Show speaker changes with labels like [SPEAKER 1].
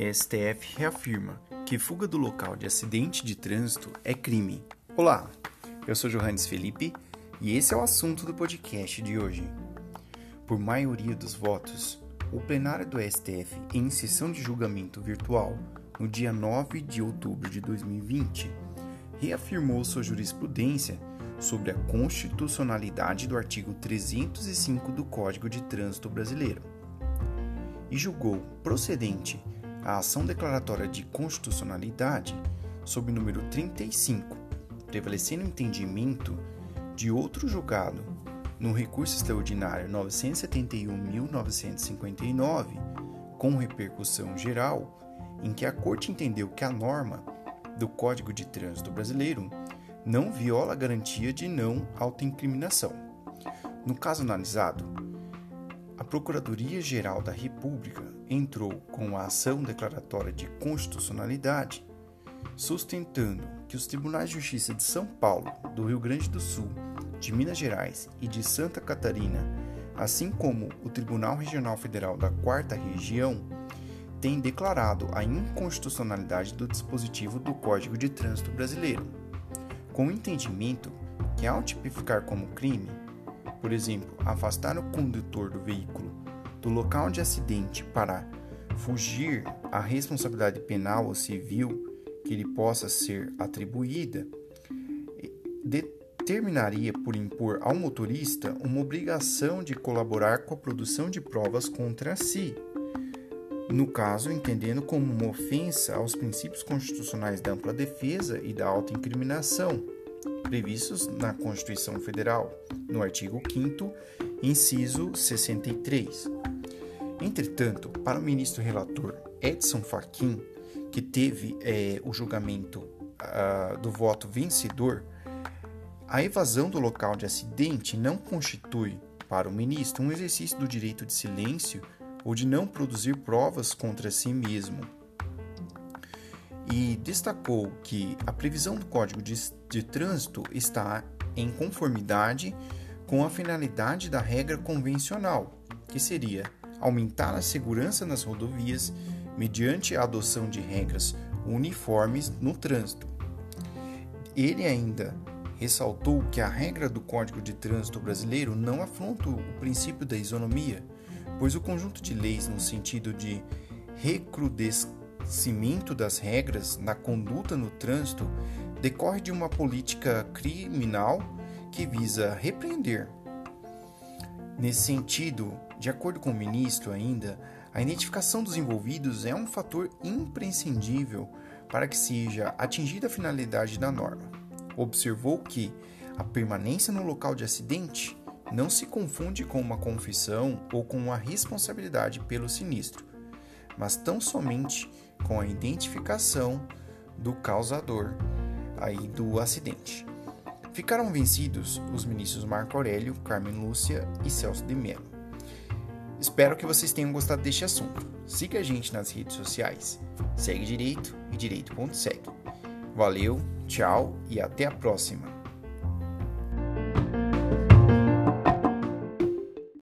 [SPEAKER 1] STF reafirma que fuga do local de acidente de trânsito é crime. Olá, eu sou Johannes Felipe e esse é o assunto do podcast de hoje. Por maioria dos votos, o plenário do STF, em sessão de julgamento virtual, no dia 9 de outubro de 2020, reafirmou sua jurisprudência sobre a constitucionalidade do artigo 305 do Código de Trânsito Brasileiro e julgou procedente a ação declaratória de constitucionalidade sob número 35, prevalecendo o entendimento de outro julgado no recurso extraordinário 971.959, com repercussão geral, em que a Corte entendeu que a norma do Código de Trânsito Brasileiro não viola a garantia de não autoincriminação. No caso analisado, a Procuradoria-Geral da República entrou com a ação declaratória de constitucionalidade, sustentando que os Tribunais de Justiça de São Paulo, do Rio Grande do Sul, de Minas Gerais e de Santa Catarina, assim como o Tribunal Regional Federal da Quarta Região, têm declarado a inconstitucionalidade do dispositivo do Código de Trânsito Brasileiro, com o entendimento que, ao tipificar como crime, por exemplo, afastar o condutor do veículo do local de acidente para fugir à responsabilidade penal ou civil que lhe possa ser atribuída, determinaria por impor ao motorista uma obrigação de colaborar com a produção de provas contra si, no caso, entendendo como uma ofensa aos princípios constitucionais da ampla defesa e da autoincriminação, previstos na Constituição Federal, no artigo 5º, inciso 63. Entretanto, para o ministro relator Edson Fachin, que teve o julgamento do voto vencedor, a evasão do local de acidente não constitui, para o ministro, um exercício do direito de silêncio ou de não produzir provas contra si mesmo. E destacou que a previsão do Código de Trânsito está em conformidade com a finalidade da regra convencional, que seria aumentar a segurança nas rodovias mediante a adoção de regras uniformes no trânsito. Ele ainda ressaltou que a regra do Código de Trânsito Brasileiro não afronta o princípio da isonomia, pois o conjunto de leis no sentido de recrudescimento das regras na conduta no trânsito decorre de uma política criminal que visa repreender. Nesse sentido, de acordo com o ministro ainda, a identificação dos envolvidos é um fator imprescindível para que seja atingida a finalidade da norma. Observou que a permanência no local de acidente não se confunde com uma confissão ou com uma responsabilidade pelo sinistro, mas tão somente com a identificação do causador do acidente. Ficaram vencidos os ministros Marco Aurélio, Carmen Lúcia e Celso de Mello. Espero que vocês tenham gostado deste assunto. Siga a gente nas redes sociais. Segue Direito e Direito.segue. Valeu, tchau e até a próxima.